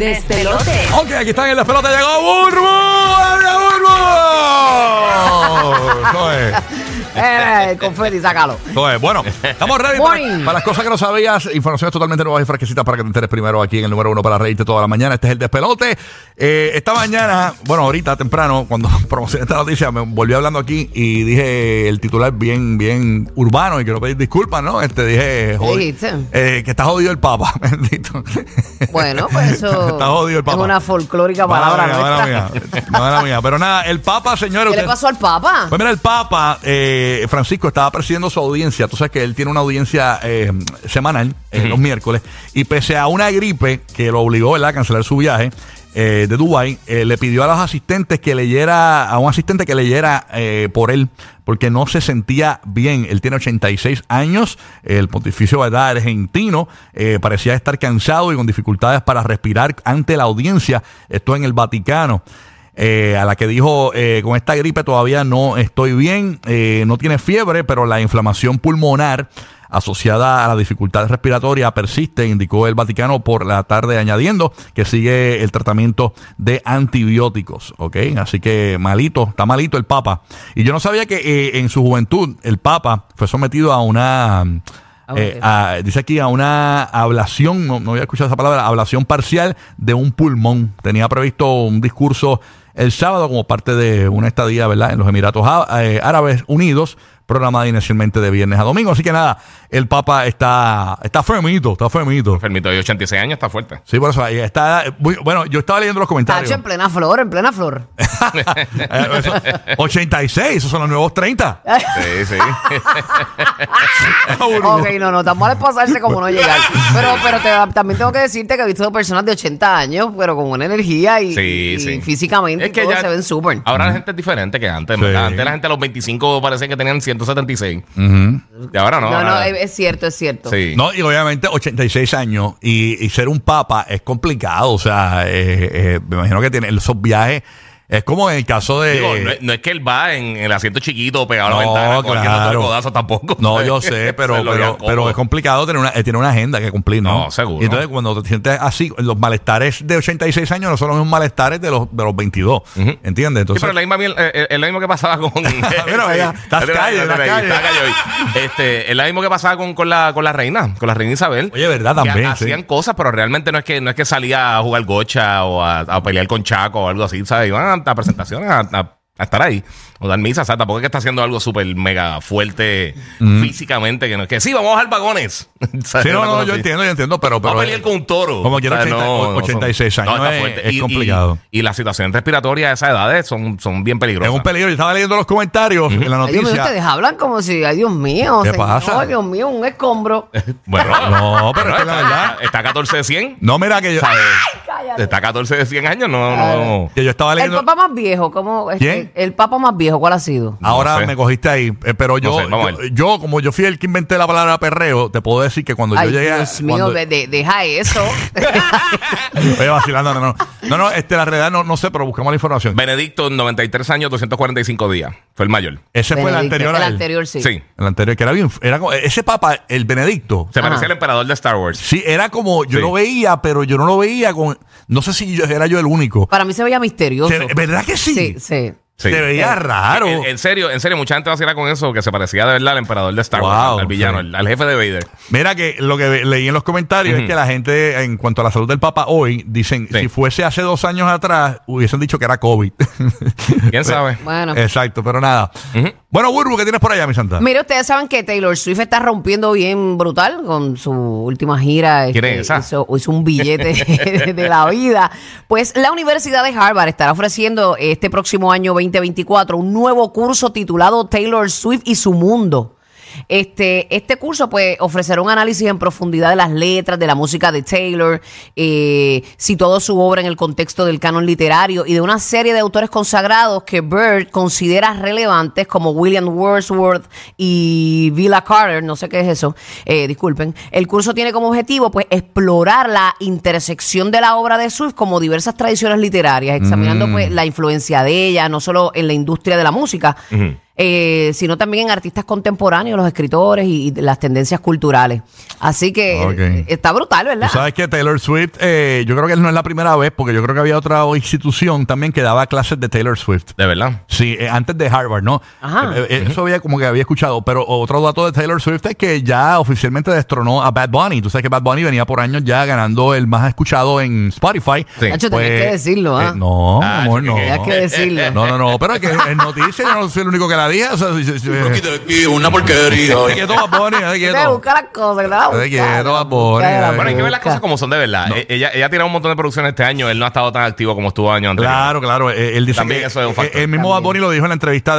despelote. Ok, aquí están en el despelote. ¡Llegó Burbu! ¡Abre Burbu! Eso es. Confeti, sácalo. Entonces, bueno, estamos ready para las cosas que no sabías. Informaciones totalmente nuevas y fresquecitas para que te enteres primero aquí en el número 1 para reírte toda la mañana. Este es el despelote. Esta mañana, bueno, ahorita temprano, cuando promocioné esta noticia, me volví hablando aquí y dije el titular bien urbano y quiero pedir disculpas, ¿no? Dije, que está jodido el Papa, bendito. Bueno, pues eso está jodido el Papa. Es una folclórica palabra Mala mía. Pero nada, el Papa, señores. ¿Qué le pasó al Papa? Pues mira, el Papa, Francisco, estaba presidiendo su audiencia. Tú sabes que él tiene una audiencia semanal, los miércoles, y pese a una gripe que lo obligó, ¿verdad?, a cancelar su viaje de Dubái, le pidió a los asistentes que leyera, a un asistente que leyera por él, porque no se sentía bien. Él tiene 86 años, el pontificio, ¿verdad?, argentino, parecía estar cansado y con dificultades para respirar ante la audiencia, esto en el Vaticano. A la que dijo, con esta gripe todavía no estoy bien, no tiene fiebre, pero la inflamación pulmonar asociada a la dificultad respiratoria persiste, indicó el Vaticano por la tarde, añadiendo que sigue el tratamiento de antibióticos, ¿ok? Así que está malito el Papa. Y yo no sabía que en su juventud el Papa fue sometido a una... dice aquí a una ablación, no había escuchado esa palabra, ablación parcial de un pulmón. Tenía previsto un discurso el sábado como parte de una estadía, ¿verdad?, en los Emiratos Árabes Unidos, programada inicialmente de viernes a domingo. Así que nada, el Papa está fermito. Enfermito de 86 años, está fuerte. Sí, por eso está bueno, yo estaba leyendo los comentarios. Tacho, en plena flor. 86, esos son los nuevos 30. Sí. Ok, no, tan mal es pasarse como no llegar. Pero también tengo que decirte que he visto personas de 80 años, pero con una energía y físicamente es que todos se ven súper. Ahora la gente es diferente que antes, Sí. ¿verdad? Antes la gente a los 25 parece que tenían 176. Y ahora no. No, es cierto. Sí. No, y obviamente 86 años y ser un papa es complicado. O sea, me imagino que tiene esos viajes. Es como en el caso de... Digo, no es que él va en el asiento chiquito pegado a la ventana claro. cogiendo todo el codazo tampoco. No, yo sé, pero es complicado tiene una agenda que cumplir, ¿no? No, seguro. Y entonces cuando te sientes así, los malestares de 86 años no son los mismos malestares de los 22. ¿Entiendes? Entonces, Sí, pero es lo mismo que pasaba con... Mira, estás calle. Es lo mismo que pasaba con la reina Isabel. Oye, verdad, también. Hacían cosas, pero realmente no es que salía a jugar gocha o a pelear con Chaco o algo así, ¿sabes? Iban a presentaciones a estar ahí o dar misa, o sea, tampoco es que está haciendo algo súper mega fuerte físicamente, que no es que sí, vamos a bajar vagones. Sí, no, yo entiendo, pero vamos a pelear con un toro. Como quiera, 86 años está fuerte. es complicado. Y la situación respiratoria a esas edades son bien peligrosas. Es un peligro. Yo estaba leyendo los comentarios en la noticia. Ay, Dios mío, ustedes hablan como si, ay, Dios mío, ¿Qué señor, pasa? Dios mío, un escombro. Bueno, No, pero es que la verdad... Está a 14 de 100. No, mira que yo... Cállate. Está a 14 de 100 años, no. Que yo estaba El leyendo... papa más viejo, ¿cómo? ¿Quién? El papa más viejo, ¿cuál ha sido? Ahora No sé. me cogiste ahí, pero No sé, vamos a ver. yo, como yo fui el que inventé la palabra perreo, te puedo decir que cuando Ay, yo llegué... Dios mío, deja eso. Oye, vacilando, no. La realidad no sé, pero buscamos la información. Benedicto, 93 años, 245 días. Fue el mayor. Ese fue el Benedicto, anterior el a él. anterior, sí. Sí. El anterior, que era como, ese papa, el Benedicto. Se Ajá. parecía al emperador de Star Wars. Sí, era como, yo Sí. lo veía, pero yo no lo veía con... No sé si era yo el único. Para mí se veía misterioso. ¿Verdad que sí? Sí. Sí. Se veía raro. En serio, mucha gente vacila con eso, que se parecía de verdad al emperador de Star Wars, Wow, al villano, sí. al jefe de Vader. Mira que lo que leí en los comentarios es que la gente, en cuanto a la salud del Papa hoy, dicen, Sí. si fuese hace 2 años atrás, hubiesen dicho que era COVID. ¿Quién sabe? Bueno. Exacto, pero nada. Bueno, Burbu, ¿qué tienes por allá, mi santa? Mire, ustedes saben que Taylor Swift está rompiendo bien brutal con su última gira. ¿Quién es esa? Hizo un billete de la vida. Pues la Universidad de Harvard estará ofreciendo este próximo año 2024 un nuevo curso titulado Taylor Swift y su mundo. Este curso pues ofrecerá un análisis en profundidad de las letras, de la música de Taylor, situando su obra en el contexto del canon literario y de una serie de autores consagrados que Bird considera relevantes como William Wordsworth y Villa Carter, no sé qué es eso, disculpen. El curso tiene como objetivo pues explorar la intersección de la obra de Swift como diversas tradiciones literarias, examinando pues la influencia de ella, no solo en la industria de la música, sino también en artistas contemporáneos, los escritores y las tendencias culturales. Así que está brutal, ¿verdad? Tú sabes que Taylor Swift, yo creo que no es la primera vez, porque yo creo que había otra institución también que daba clases de Taylor Swift. ¿De verdad? Sí, antes de Harvard, ¿no? Ajá. Eso había como que había escuchado, pero otro dato de Taylor Swift es que ya oficialmente destronó a Bad Bunny. Tú sabes que Bad Bunny venía por años ya ganando el más escuchado en Spotify. Sí. Nacho, tenés que decirlo, ¿ah? No, amor, no. Tenías que decirlo. No, pero es que en noticias yo no soy el único que la dije. O sea, Una porquería. te quieto, Bad Bunny, te Te quieto. busca las cosas, ¿verdad? Te quieto, Bad Bunny. Bueno, hay que ver las cosas como son de verdad. Ella ha tirado un montón de producciones este año. Él no ha estado tan activo como estuvo años anteriores. Claro. Él dice También que eso es un factor. el mismo Bad Bunny lo dijo en la entrevista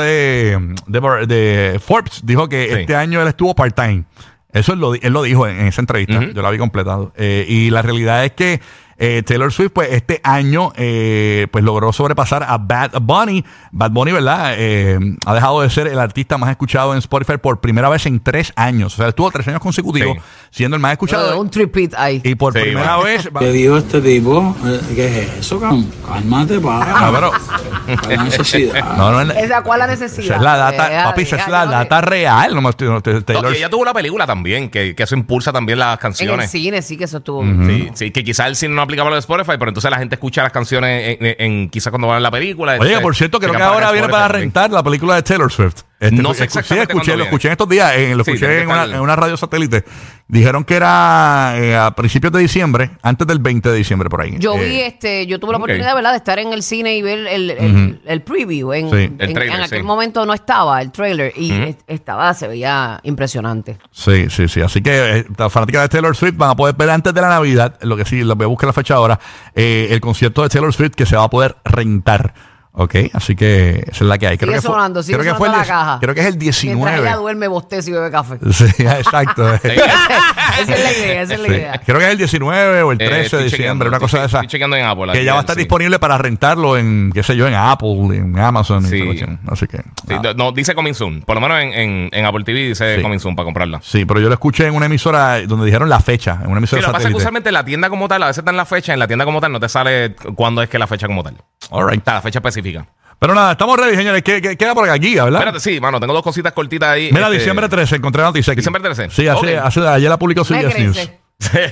de Forbes. Dijo que Sí. este año él estuvo part-time. Eso él lo dijo en esa entrevista. Yo la vi completado. Y la realidad es que Taylor Swift, pues este año, pues logró sobrepasar a Bad Bunny. Bad Bunny, ¿verdad? Ha dejado de ser el artista más escuchado en Spotify por primera vez en 3 años. O sea, estuvo 3 años consecutivos Sí. siendo el más escuchado. Un tripit ahí. Y por Sí, primera vez... ¿Qué dijo este tipo? ¿Qué es eso, cabrón? Cálmate, No, pero- La necesidad. no, ¿Esa cuál la necesidad? esa es la data, papi, esa es la data real. No, Taylor Y ella tuvo una película también, que eso impulsa también las En el canciones. cine sí que eso estuvo. Sí, que quizás el cine no aplicaba lo de Spotify, pero entonces la gente escucha las canciones quizás cuando van a la película. Oye, entonces, por cierto, creo se que quedan ahora viene Spotify para también. rentar la película de Taylor Swift. No sé exactamente cuándo lo viene. escuché en estos días, lo Sí, escuché tiene que en una, estar- en una radio satélite. Dijeron que era a principios de diciembre, antes del 20 de diciembre por ahí. Yo yo tuve la ok. oportunidad, ¿verdad?, de estar en el cine y ver el preview. Sí. El trailer, en aquel sí. momento no estaba el trailer y se veía impresionante. Sí. Así que las fanáticas de Taylor Swift van a poder ver antes de la Navidad, lo que sí, lo voy a buscar la fecha ahora, el concierto de Taylor Swift que se va a poder rentar. Ok, así que esa es la que hay. Sigue sonando, sigue creo que fue sonando el la caja. Creo que es el Mientras 19. ella duerme, bosteza y bebe café. Sí, exacto. Esa es la idea, esa es la Sí. idea. Creo que es el 19 o el 13 de Estoy diciembre, chequeando, una cosa de esa. Estoy chequeando en Apple. Que ya va a estar disponible para rentarlo en, qué sé yo, en Apple, en Amazon. Sí. Y esa cuestión. Así que. Sí, no, dice Coming Soon. Por lo menos en Apple TV dice Sí. Coming Soon para comprarla. Sí, pero yo lo escuché en una emisora donde dijeron la fecha, en una Sí, emisora lo que pasa es que satélite. usualmente la tienda como tal, a veces dan la fecha, en la tienda como tal no te sale cuándo es que la fecha como tal. All right. Está la fecha específica. Pero nada, estamos ready, señores. ¿Qué queda por aquí, ¿verdad? Espérate, sí, mano, tengo 2 cositas cortitas ahí. Mira, diciembre 13, encontré la noticia aquí. ¿Diciembre 13? Sí, Ok. ayer la publicó Me CBS News. crece.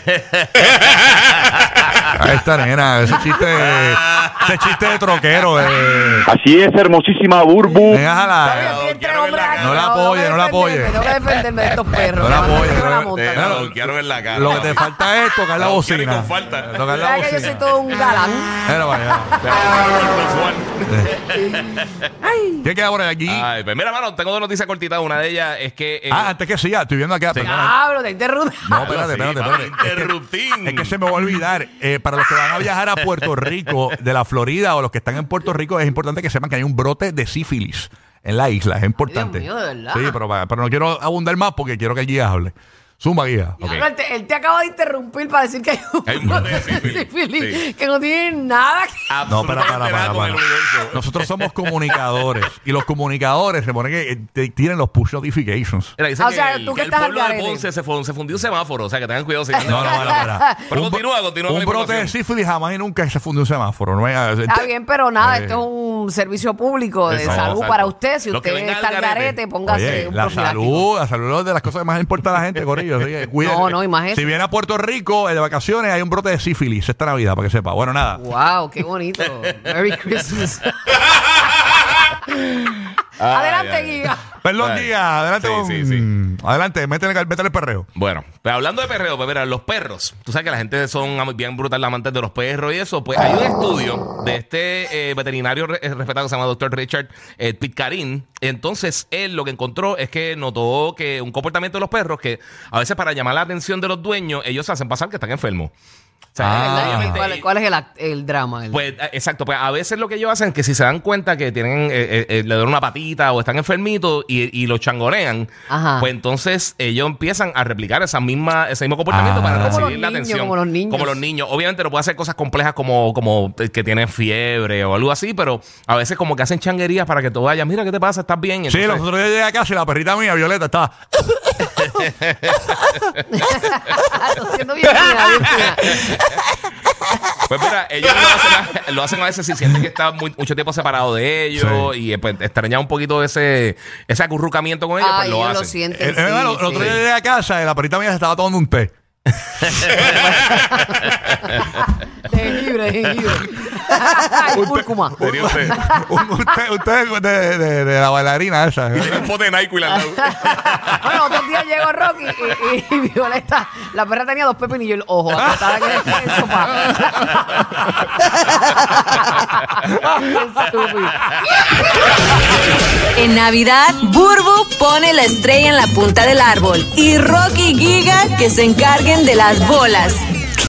Ahí está, nena, ese chiste de troquero. Así es, hermosísima Burbu. Déjala. Oye, aquí hay 3 quiero hombres verla. aquí, No la tengo que apoye, no la apoye. defenderme, tengo que defenderme de estos perros. No la que van a apoye, hacer la no, monta. quiero ver la cara. Lo que te falta es tocar la No, quiero bocina. con falta. Tocar la ¿Sabes que yo soy bocina. todo un galán? Mira, vaya. ¿Qué queda por aquí? Ay, pues mira, mano, tengo 2 noticias cortitas. Una de ellas es que. Antes que siga, estoy viendo acá. perdona. Diablo, te interrumpo. No, espérate. Interruptín. Es que se me va a olvidar. Para los que van a viajar a Puerto Rico, de la Florida o los que están en Puerto Rico, es importante que sepan que hay un brote de sífilis en la isla. Es importante. Dios mío, de verdad. Sí, pero no quiero abundar más porque quiero que el guía hable. Zumba, guía. Diablo, él te acaba de interrumpir para decir que hay Hay un un brote brote de de sífilis. sífilis que no tiene nada que... No, para. Absolutamente con el universo. Nosotros somos comunicadores y los comunicadores se pone que tienen los push notifications. Mira, dice O que sea, el, tú que que el estás al pueblo de garete. Ponce se fundió un semáforo. O sea, que tengan cuidado. No, espera. Pero continúa con la Un brote de información. sífilis jamás y nunca se fundió un semáforo. No Está bien, pero nada, esto es un servicio público de Exacto, salud exacto. para usted. Si Los que usted vengan está al al garete. garete, póngase Oye, un la profiláctico. salud es de las cosas que más importa a la gente, Corillo. Así que cuídate. No, y más eso. Si viene a Puerto Rico de vacaciones, hay un brote de sífilis esta Navidad, para que sepa. Bueno, nada. Wow, qué bonito. Merry Christmas. Adelante, ay. guía. Perdón, Ay. guía. Adelante. Sí. Adelante, métele el perreo. Bueno, pues hablando de perreo, pues mira, los perros. Tú sabes que la gente son bien brutal amantes de los perros y eso. Pues hay un estudio de este veterinario respetado que se llama Dr. Richard Pitcairn. Entonces, él lo que encontró es que notó que un comportamiento de los perros que a veces para llamar la atención de los dueños, ellos se hacen pasar que están enfermos. O sea, ¿Verdad? obviamente, ¿Cuál es el drama? pues exacto, pues a veces lo que ellos hacen es que si se dan cuenta que tienen le dan una patita o están enfermitos y los changonean, Ajá. pues entonces ellos empiezan a replicar ese mismo comportamiento para Como recibir los la niños, atención. como los niños. Obviamente no puede hacer cosas complejas como que tienen fiebre o algo así, pero a veces como que hacen changuerías para que tú vayas, mira, ¿qué te pasa? ¿Estás bien? Y Sí, entonces- nosotros ya llegué a casa y la perrita mía, Violeta, estaba. Siendo bien fina, bien fina. Pues mira, ellos lo hacen a veces si sienten que están mucho tiempo separados de ellos y pues extrañan un poquito ese acurrucamiento con ellos, pues lo ellos hacen. lo sienten. El otro día llegué a casa y la perrita mía se estaba tomando un té. De jengibre. Cúrcuma. Tenía usted un té de la bailarina esa. un pote de NyQuil al lado. Bueno, otro día llegó Rocky y Violeta, la perra tenía 2 pepinillos en el ojo. Estaba en el sofá. Estúpido. En Navidad, Burbu pone la estrella en la punta del árbol y Rocky y Giga que se encarguen de las bolas.